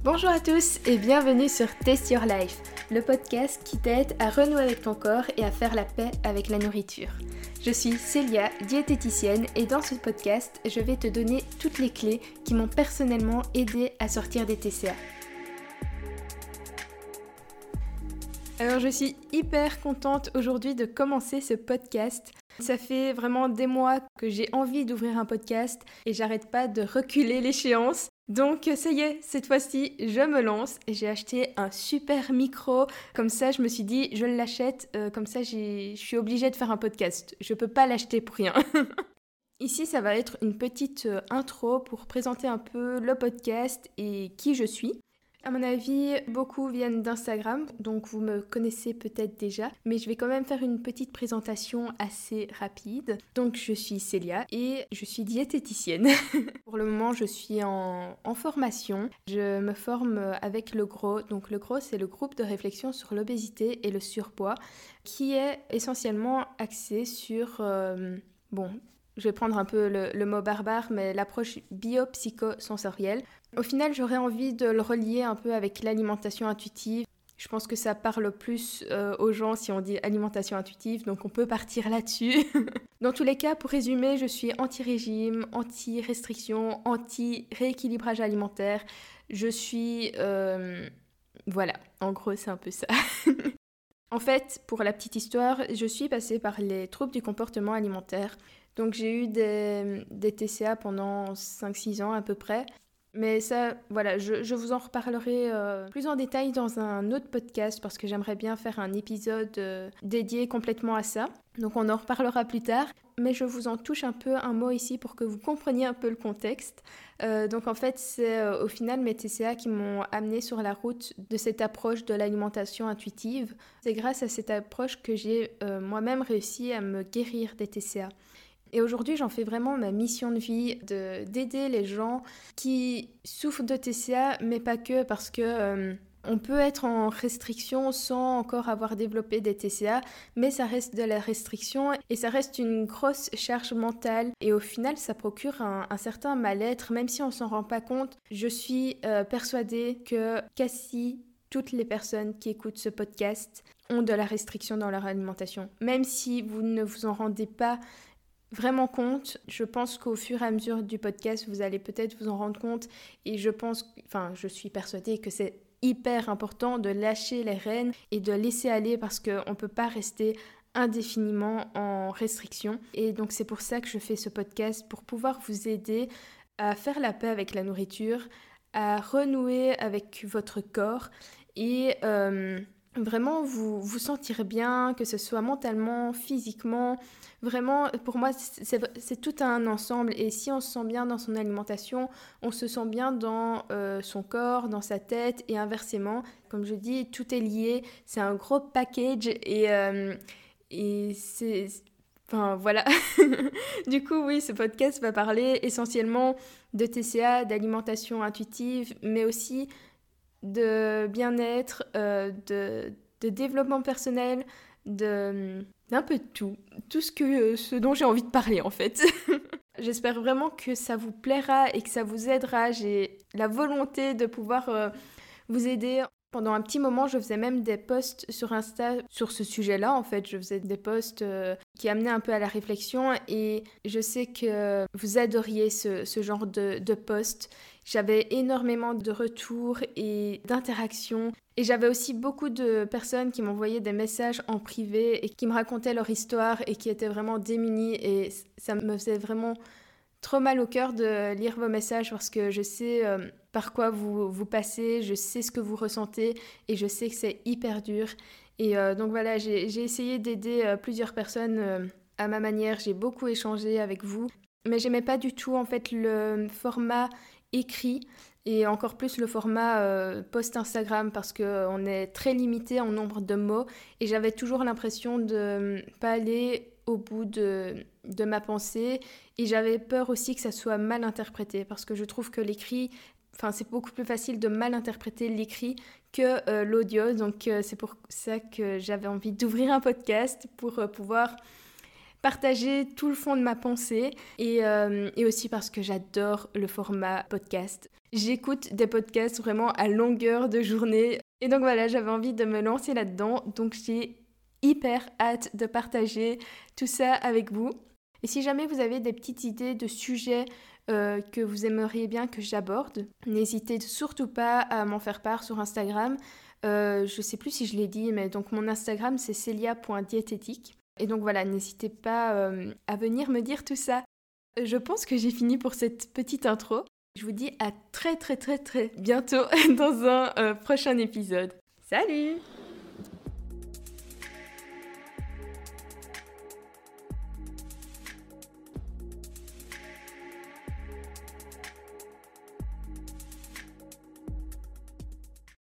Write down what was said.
Bonjour à tous et bienvenue sur Taste Your Life, le podcast qui t'aide à renouer avec ton corps et à faire la paix avec la nourriture. Je suis Célia, diététicienne, et dans ce podcast, je vais te donner toutes les clés qui m'ont personnellement aidé à sortir des TCA. Alors je suis hyper contente aujourd'hui de commencer ce podcast. Ça fait vraiment des mois que j'ai envie d'ouvrir un podcast et j'arrête pas de reculer l'échéance. Donc ça y est, cette fois-ci, je me lance et j'ai acheté un super micro. Comme ça, je me suis dit, je l'achète, comme ça je suis obligée de faire un podcast. Je peux pas l'acheter pour rien. Ici, ça va être une petite intro pour présenter un peu le podcast et qui je suis. À mon avis, beaucoup viennent d'Instagram, donc vous me connaissez peut-être déjà, mais je vais quand même faire une petite présentation assez rapide. Donc je suis Célia et je suis diététicienne. Pour le moment, je suis en formation. Je me forme avec le GROW. Donc le GROW, c'est le groupe de réflexion sur l'obésité et le surpoids, qui est essentiellement axé sur... je vais prendre un peu le mot barbare, mais l'approche biopsychosensorielle. Au final, j'aurais envie de le relier un peu avec l'alimentation intuitive. Je pense que ça parle plus aux gens si on dit alimentation intuitive, donc on peut partir là-dessus. Dans tous les cas, pour résumer, je suis anti-régime, anti-restriction, anti-rééquilibrage alimentaire. Je suis... Voilà, en gros, c'est un peu ça. En fait, pour la petite histoire, je suis passée par les troubles du comportement alimentaire. Donc j'ai eu des TCA pendant 5-6 ans à peu près. Mais ça, voilà, je vous en reparlerai plus en détail dans un autre podcast parce que j'aimerais bien faire un épisode dédié complètement à ça. Donc on en reparlera plus tard. Mais je vous en touche un peu un mot ici pour que vous compreniez un peu le contexte. Donc en fait, c'est au final mes TCA qui m'ont amené sur la route de cette approche de l'alimentation intuitive. C'est grâce à cette approche que j'ai moi-même réussi à me guérir des TCA. Et aujourd'hui, j'en fais vraiment ma mission de vie d'aider les gens qui souffrent de TCA, mais pas que, parce que on peut être en restriction sans encore avoir développé des TCA, mais ça reste de la restriction et ça reste une grosse charge mentale. Et au final, ça procure un certain mal-être, même si on s'en rend pas compte. Je suis persuadée que quasi toutes les personnes qui écoutent ce podcast ont de la restriction dans leur alimentation. Même si vous ne vous en rendez pas vraiment compte, je pense qu'au fur et à mesure du podcast, vous allez peut-être vous en rendre compte et je suis persuadée que c'est hyper important de lâcher les rênes et de laisser aller parce qu'on ne peut pas rester indéfiniment en restriction. Et donc c'est pour ça que je fais ce podcast, pour pouvoir vous aider à faire la paix avec la nourriture, à renouer avec votre corps et vraiment vous sentir bien, que ce soit mentalement, physiquement. Vraiment, pour moi, c'est tout un ensemble. Et si on se sent bien dans son alimentation, on se sent bien dans son corps, dans sa tête et inversement. Comme je dis, tout est lié. C'est un gros package et c'est... Enfin, voilà. Du coup, oui, ce podcast va parler essentiellement de TCA, d'alimentation intuitive, mais aussi de bien-être, de développement personnel, d'un peu de tout ce dont j'ai envie de parler en fait. J'espère vraiment que ça vous plaira et que ça vous aidera. J'ai la volonté de pouvoir vous aider. Pendant un petit moment, je faisais même des posts sur Insta sur ce sujet-là. En fait, je faisais des posts qui amenaient un peu à la réflexion et je sais que vous adoriez ce genre de posts. J'avais énormément de retours et d'interactions. Et j'avais aussi beaucoup de personnes qui m'envoyaient des messages en privé et qui me racontaient leur histoire et qui étaient vraiment démunies. Et ça me faisait vraiment trop mal au cœur de lire vos messages parce que je sais par quoi vous passez, je sais ce que vous ressentez et je sais que c'est hyper dur. Et donc voilà, j'ai essayé d'aider plusieurs personnes à ma manière. J'ai beaucoup échangé avec vous. Mais j'aimais pas du tout en fait le format écrit et encore plus le format post Instagram parce qu'on est très limité en nombre de mots et j'avais toujours l'impression de pas aller au bout de ma pensée et j'avais peur aussi que ça soit mal interprété parce que je trouve que l'écrit, c'est beaucoup plus facile de mal interpréter l'écrit que l'audio, donc c'est pour ça que j'avais envie d'ouvrir un podcast pour pouvoir partager tout le fond de ma pensée et aussi parce que j'adore le format podcast. J'écoute des podcasts vraiment à longueur de journée et donc voilà, j'avais envie de me lancer là-dedans, donc j'ai hyper hâte de partager tout ça avec vous. Et si jamais vous avez des petites idées de sujets que vous aimeriez bien que j'aborde, n'hésitez surtout pas à m'en faire part sur Instagram. Je sais plus si je l'ai dit, mais donc mon Instagram c'est celia.diététique. Et donc voilà, n'hésitez pas à venir me dire tout ça. Je pense que j'ai fini pour cette petite intro. Je vous dis à très bientôt dans un prochain épisode. Salut!